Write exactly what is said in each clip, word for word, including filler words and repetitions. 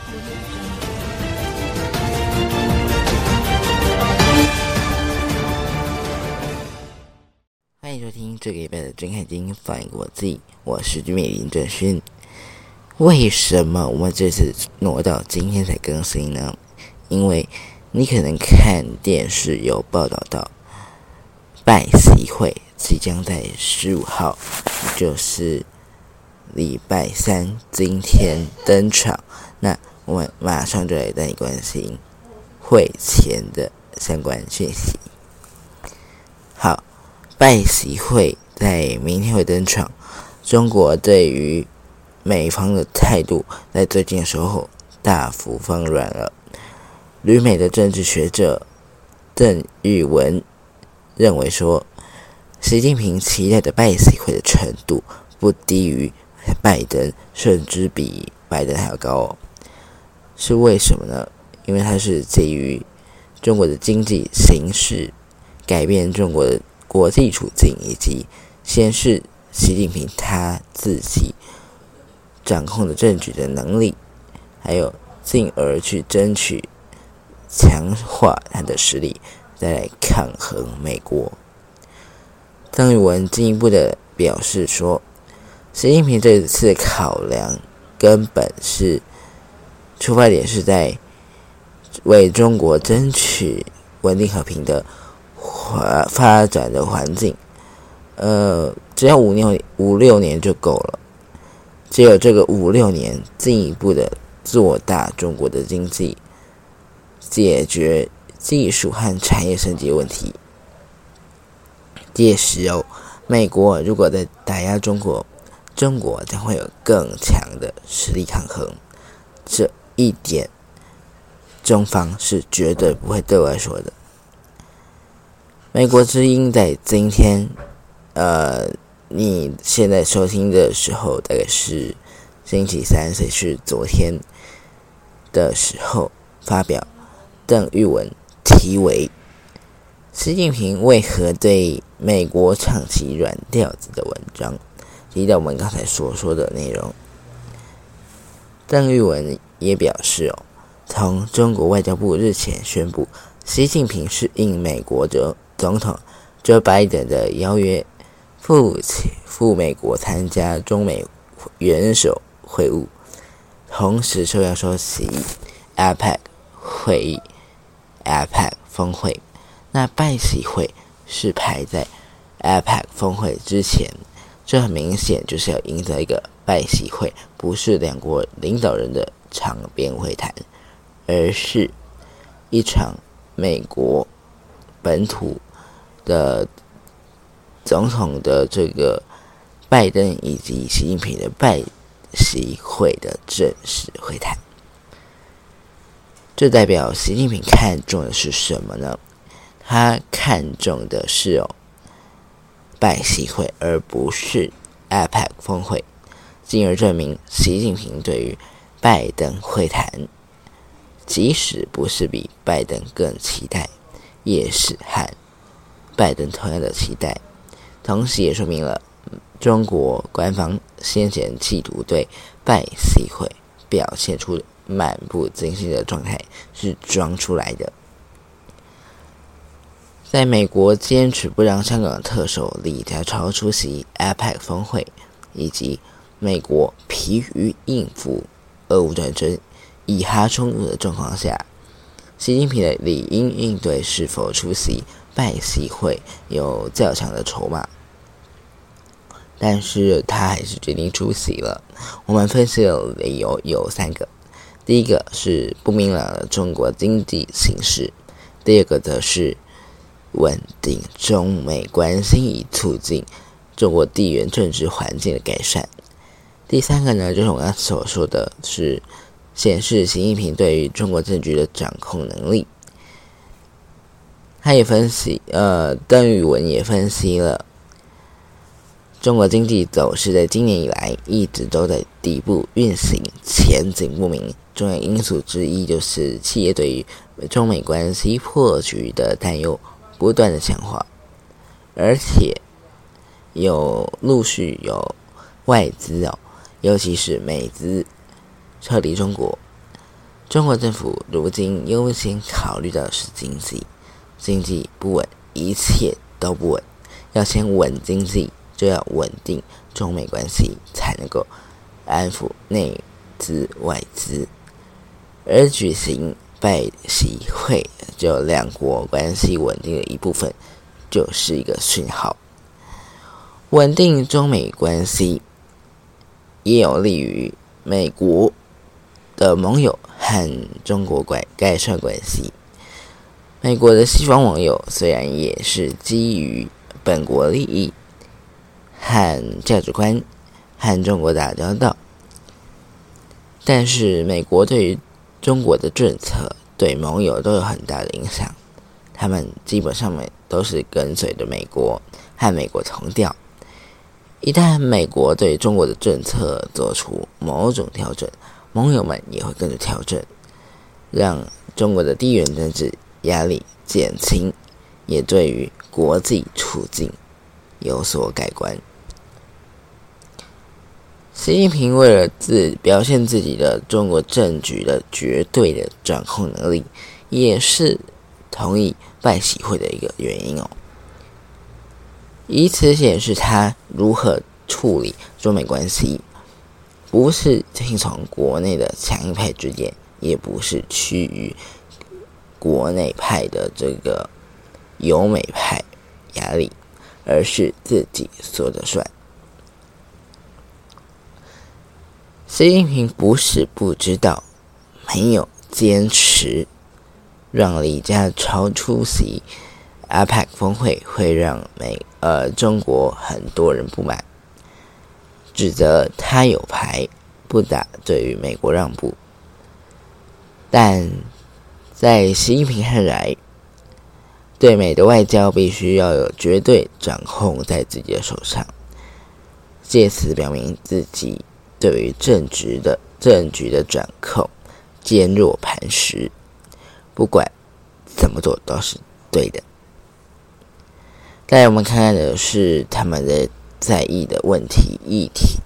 欢迎收听这个礼拜的真看经反映国际，我是居民林正勋。为什么我们这次挪到今天才更新呢？因为你可能看电视有报道到拜习会即将在十五号，就是礼拜三今天登场。那我们马上就来带你关心会前的相关讯息。好，拜习会在明天会登场。中国对于美方的态度在最近的时候大幅放软了。旅美的政治学者邓玉文认为说，习近平期待的拜习会的程度不低于拜登，甚至比拜登还要高哦。是为什么呢？因为它是基于中国的经济形势改变中国的国际处境，以及显示习近平他自己掌控的政局的能力，还有进而去争取强化他的实力，再来抗衡美国。邓玉文进一步的表示说，习近平这次考量根本是出发点是在为中国争取稳定和平的发展的环境，呃，只要五年五六年就够了。只有这个五六年，进一步的做大中国的经济，解决技术和产业升级问题。届时哦，美国如果在打压中国，中国将会有更强的实力抗衡。这一点，中方是绝对不会对外说的。美国之音在今天，呃，你现在收听的时候大概是星期三，所以是昨天的时候发表邓玉文题为习近平为何对美国唱起软调子的文章，提到我们刚才所说的内容。邓玉文也表示哦，从中国外交部日前宣布，习近平是应美国的总统 Joe Biden 的邀约，赴赴美国参加中美元首会晤，同时受邀出席 A P E C 会议 A P E C 峰会。那拜习会是排在 A P E C 峰会之前，这很明显就是要营造一个拜习会不是两国领导人的场边会谈，而是一场美国本土的总统的这个拜登以及习近平的拜习会的正式会谈。这代表习近平看重的是什么呢？他看重的是哦拜习会，而不是 A P E C 峰会，进而证明习近平对于拜登会谈，即使不是比拜登更期待，也是和拜登同样的期待。同时也说明了中国官方先前企图对拜习会表现出漫不经心的状态是装出来的。在美国坚持不让香港特首李家超出席 A P E C 峰会，以及美国疲于应付俄乌战争、以哈冲突的状况下，习近平的理应应对是否出席拜习会有较强的筹码，但是他还是决定出席了。我们分析的理由有三个：第一个是不明朗的中国经济形势，第二个则是稳定中美关系以促进中国地缘政治环境的改善，第三个呢，就是我刚才所说的是显示习近平对于中国政局的掌控能力。他也分析，呃，邓玉文也分析了中国经济走势在今年以来一直都在底部运行，前景不明。重要因素之一就是企业对于中美关系破局的担忧不断的强化，而且有陆续有外资哦，尤其是美资撤离中国， 中国政府如今优先考虑的是经济，经济不稳，一切都不稳。要先稳经济，就要稳定中美关系，才能够安抚内资外资。而举行拜习会，就两国关系稳定的一部分，就是一个讯号。稳定中美关系，也有利于美国的盟友和中国改善关系。美国的西方盟友虽然也是基于本国利益和价值观和中国打交道，但是美国对于中国的政策对盟友都有很大的影响，他们基本上面都是跟随着美国，和美国同调。一旦美国对中国的政策做出某种调整，盟友们也会跟着调整，让中国的地缘政治压力减轻，也对于国际处境有所改观。习近平为了自表现自己的中国政局的绝对的掌控能力，也是同意拜习会的一个原因哦。以此显示他如何处理中美关系，不是听从国内的强硬派之言，也不是趋于国内派的这个友美派压力，而是自己说的算。习近平不是不知道，没有坚持让李家超出席 A P E C 峰会会让美呃中国很多人不满，指责他有牌不打对于美国让步。但在习近平看来，对美的外交必须要有绝对掌控在自己的手上，借此表明自己对于政治的政局的掌控坚若磐石，不管怎么做都是对的。再来我们看看的是他们的在意的问题议题。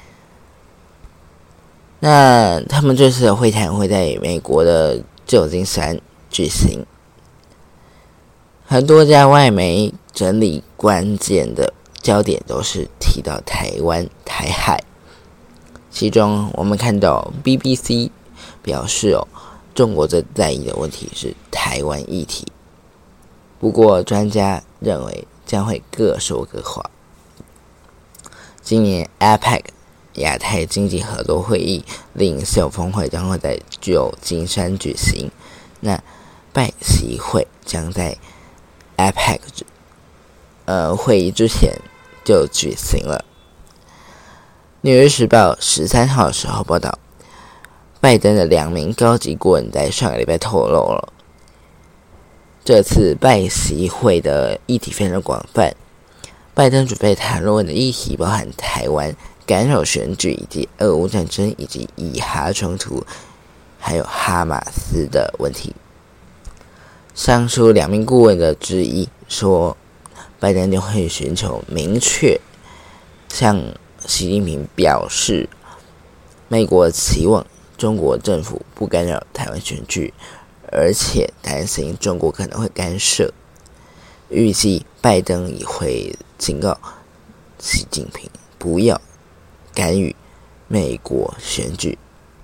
那他们这次的会谈会在美国的旧金山举行，很多家外媒整理关键的焦点都是提到台湾台海，其中我们看到 B B C 表示哦，中国最在意的问题是台湾议题，不过专家认为将会各说各话。今年 A P E C 亚太经济合作会议领袖峰会将会在旧金山举行，那拜习会将在 A P E C 呃会议之前就举行了。纽约时报十三号的时候报道，拜登的两名高级顾问在上个礼拜透露了，这次拜习会的议题非常广泛，拜登准备谈论的议题包含台湾、干扰选举以及俄乌战争以及以哈冲突，还有哈马斯的问题。上述两名顾问的之一说，拜登就会寻求明确向习近平表示，美国期望中国政府不干扰台湾选举，而且担心中国可能会干涉。预计拜登也会警告习近平不要干预美国选举。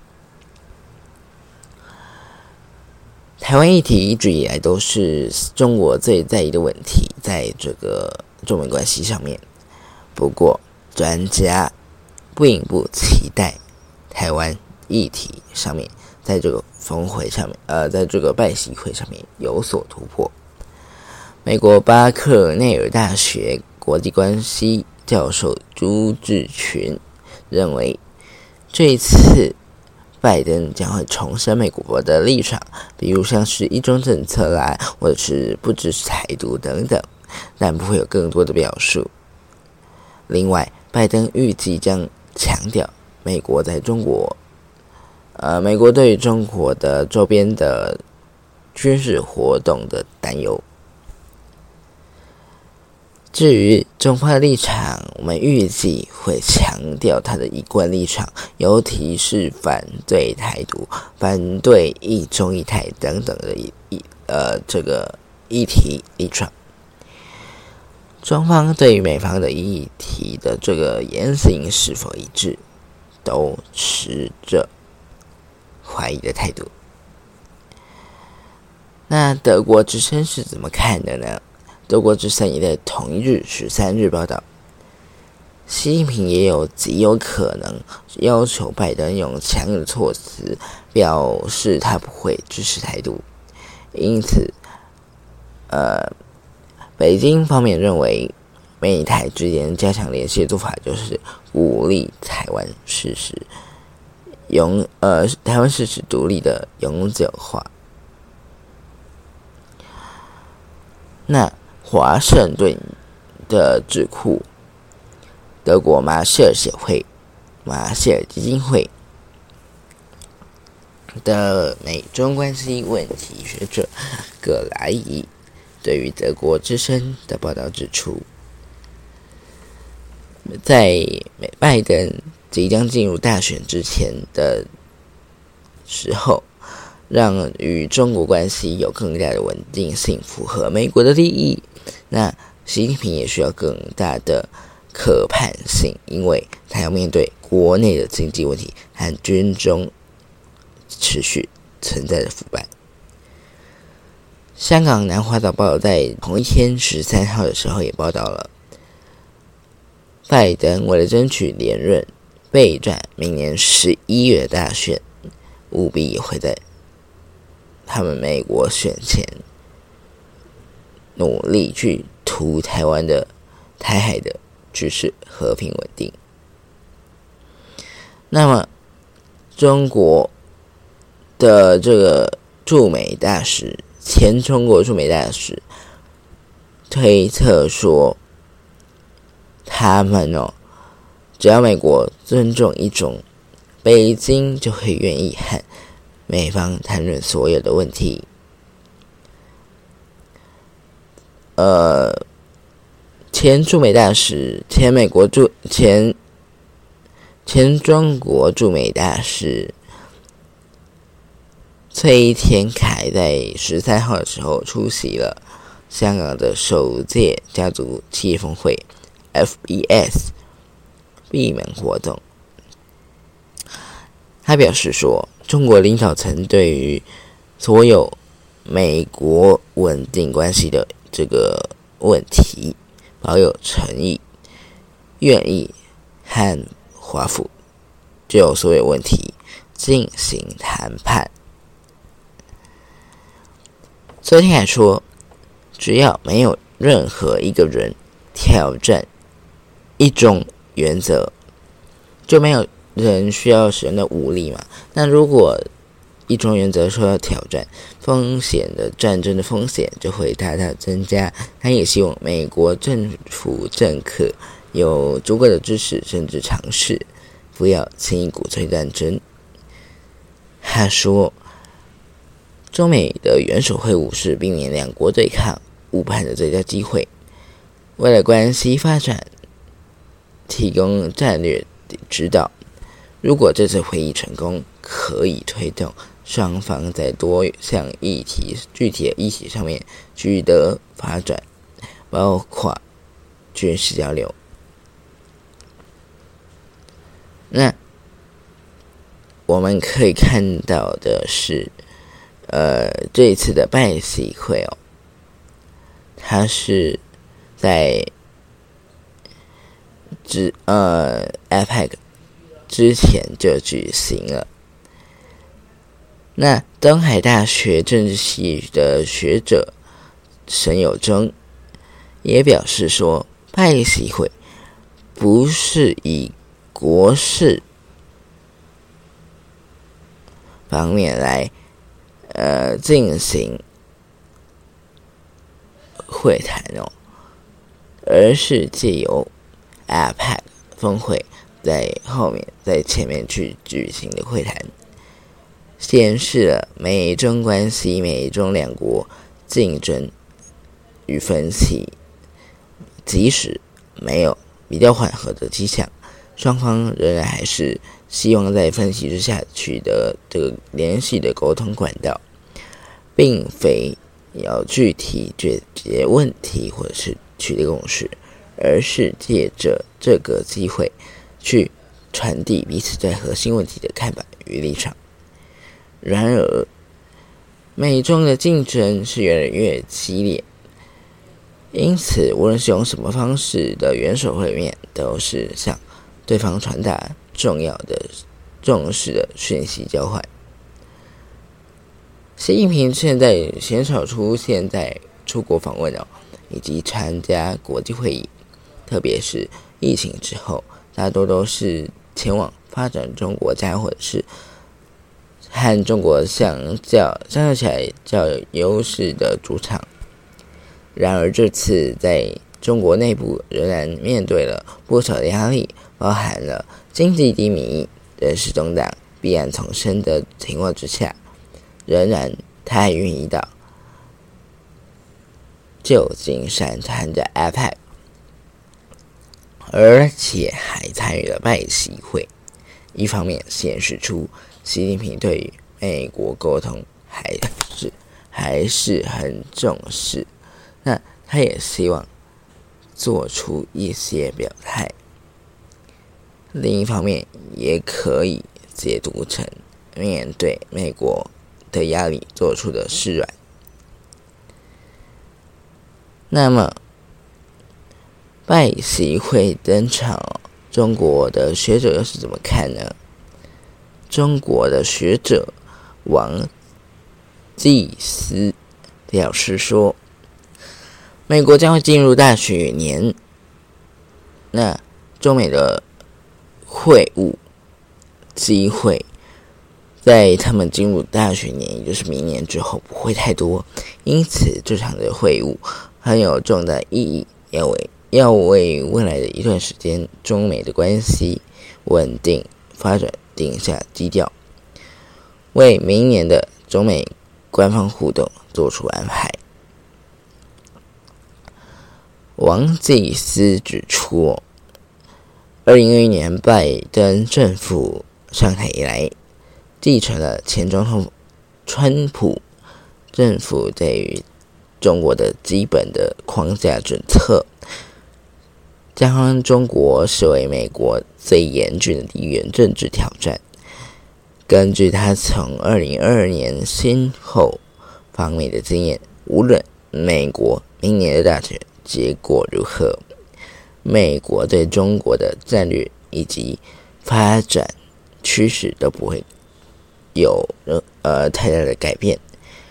台湾议题一直以来都是中国最在意的问题，在这个中美关系上面。不过，专家并不期待台湾议题上面，在这个峰会上面，呃，在这个拜习会上面有所突破。美国巴克内尔大学国际关系教授朱志群认为，这一次拜登将会重申美国的立场，比如像是一中政策啦，或者是不支持台独等等，但不会有更多的表述。另外，拜登预计将强调美国在中国，呃，美国对于中国的周边的军事活动的担忧。至于中方的立场，我们预计会强调他的一贯立场，尤其是反对台独、反对一中一台等等的一一呃这个议题立场。中方对于美方的议题的这个言行是否一致，都持着怀疑的态度。那德国之声是怎么看的呢？德国之声也在同一日十三日报道，习近平也有极有可能要求拜登用强硬的措辞表示他不会支持台独，因此，呃，北京方面认为美台之间加强联系的做法就是鼓励台湾事实永呃台湾事实独立的永久化。那华盛顿的智库、德国马歇尔协会、马歇尔基金会的美中关系问题学者葛莱伊对于德国之声的报道指出，在拜登即将进入大选之前的时候，让与中国关系有更大的稳定性，符合美国的利益。那习近平也需要更大的可判性，因为他要面对国内的经济问题和军中持续存在的腐败。香港南华早报在同一天十三号的时候也报道了，拜登为了争取连任，备战明年十一月的大选，务必会在他们美国选前努力去图台湾的台海的局势和平稳定。那么中国的这个驻美大使，前中国驻美大使推测说，他们哦，只要美国尊重一中，北京就会愿意和美方谈论所有的问题。呃，前驻美大使、前美国驻前前中国驻美大使崔天凯在十三号的时候出席了香港的首届家族企业峰会 F B S 闭门活动。他表示说，中国领导层对于所有美国稳定关系的这个问题保有诚意，愿意和华府就所有问题进行谈判。昨天还说，只要没有任何一个人挑战一中原则，就没有人需要使用的武力嘛。那如果一中原则受到挑战，风险的战争的风险就会大大增加。他也希望美国政府政客有足够的支持，甚至尝试不要轻易鼓吹战争。他说，中美的元首会晤是避免两国对抗误判的最佳机会，为了关系发展提供战略指导。如果这次会议成功，可以推动双方在多项议题、具体的议题上面取得发展，包括军事交流。那我们可以看到的是，呃，这一次的拜习会哦，它是在之呃 A P E C 之前就举行了。那东海大学政治系的学者沈友忠也表示说，拜习会不是以国事方面来呃进行会谈哦，而是借由 A P E C 峰会在后面在前面去举行的会谈，显示了美中关系、美中两国竞争与分歧，即使没有比较缓和的迹象，双方仍然还是希望在分析之下取得这个联系的沟通管道，并非要具体解决问题或者是取得共识，而是借着这个机会去传递彼此对核心问题的看法与立场。然而，美中的竞争是越来越激烈，因此无论是用什么方式的元首会面，都是向对方传达重要的重视的讯息交换。习近平现在鲜少出现在出国访问哦，以及参加国际会议，特别是疫情之后，大多都是前往发展中国家或者是和中国相较相较起来较有优势的主场。然而这次在中国内部仍然面对了不少的压力，包含了经济低迷、人事动荡、避案丛生的情况之下，仍然他还愿意到旧金山参加 A P E C， 而且还参与了拜习会。一方面显示出习近平对于美国沟通还是还是很重视，那他也希望做出一些表态。另一方面也可以解读成面对美国的压力做出的示软。那么拜习会登场，中国的学者又是怎么看呢？中国的学者王继思表示说，美国将会进入大选年，那中美的会晤机会在他们进入大选年，也就是明年之后不会太多，因此这场的会晤很有重大意义，要为要为未来的一段时间中美的关系稳定发展定下基调，为明年的中美官方互动做出安排。王继思指出，二零二一年拜登政府上台以来，继承了前总统川普政府对于中国的基本的框架政策，将中国视为美国最严峻的地缘政治挑战。根据他从二零二二年先后访美的经验，无论美国明年的大选结果如何，美国对中国的战略以及发展趋势都不会有呃太大的改变。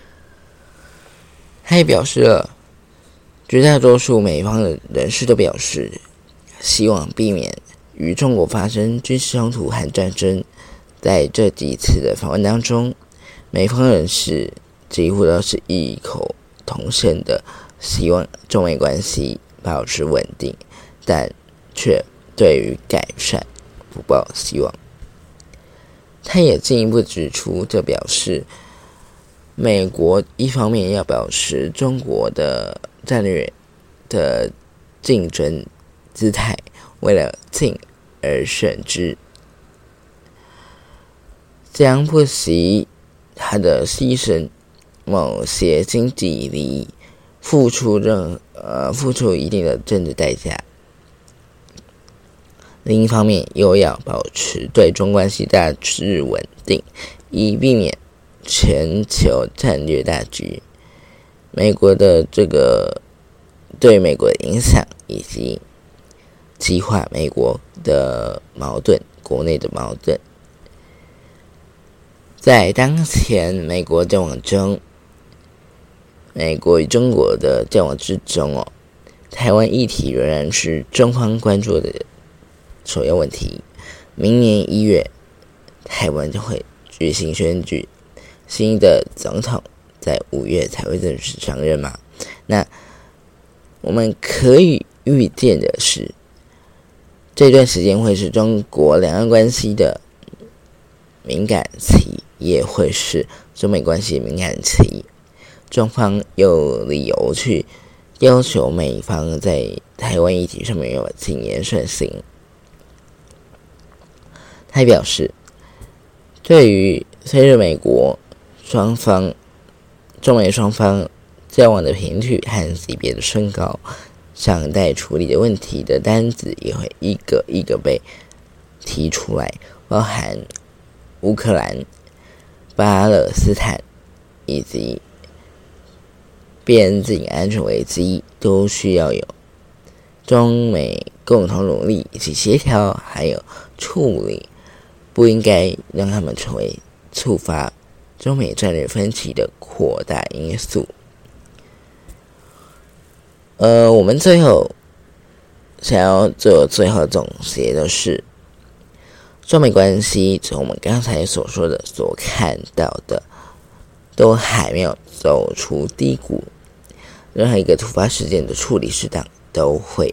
他也表示了，绝大多数美方的人士都表示，希望避免与中国发生军事冲突和战争。在这几次的访问当中，美方人士几乎都是异口同声的希望中美关系保持稳定，但却对于改善不抱希望。他也进一步指出，这表示美国一方面要保持中国的战略的竞争姿态，为了进而胜之，将不惜他的牺牲某些经济利益，付出任呃付出一定的政治代价。另一方面，又要保持对中关系大致稳定，以避免全球战略大局美国的这个对美国的影响，以及激化美国的矛盾，国内的矛盾。在当前美国交往中，美国与中国的交往之中哦，台湾议题仍然是中方关注的首要问题。明年一月，台湾就会举行选举，新的总统在五月才会正式上任嘛。那我们可以预见的是，这段时间会是中国两岸关系的敏感期，也会是中美关系的敏感期。中方有理由去要求美方在台湾议题上面有谨言慎行。他表示，对于随着美国双方、中美双方交往的频率和级别的升高，尚待处理的问题的单子也会一个一个被提出来，包含乌克兰、巴勒斯坦以及边境安全危机，都需要有中美共同努力以及协调，还有处理，不应该让他们成为触发中美战略分歧的扩大因素。呃，我们最后想要做最后总结的是，中美关系从我们刚才所说的、所看到的，都还没有走出低谷。任何一个突发事件的处理适当，都会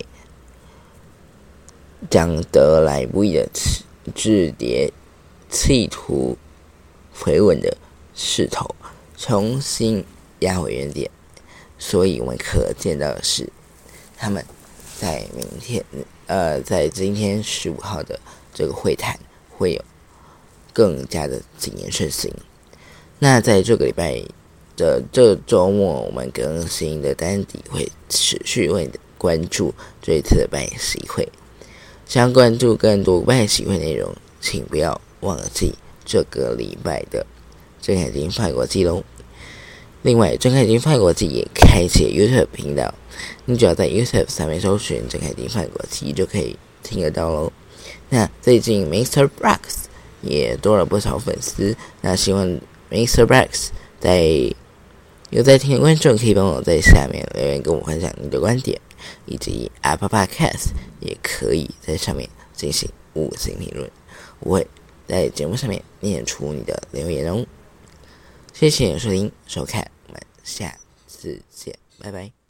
将得来不易的止跌企图回稳的势头重新压回原点。所以我们可见到的是，他们在明天呃，在今天十五号的这个会谈会有更加的谨言慎行。那在这个礼拜的这周末，我们更新的单底会持续为你关注这一次的拜习会。想关注更多拜习会内容，请不要忘记这个礼拜的郑凯金法国记喽。另外，郑凯金法国记也开启 YouTube 频道，你只要在 YouTube 上面搜寻郑凯金法国记就可以听得到咯。那最近 mister Brax 也多了不少粉丝，那希望 mister Brax 在有在听的观众可以帮我在下面留言跟我分享你的观点，以及 Apple Podcast 也可以在上面进行五星评论，我会在节目上面念出你的留言哦。谢谢收听收看，我们下次见，拜拜。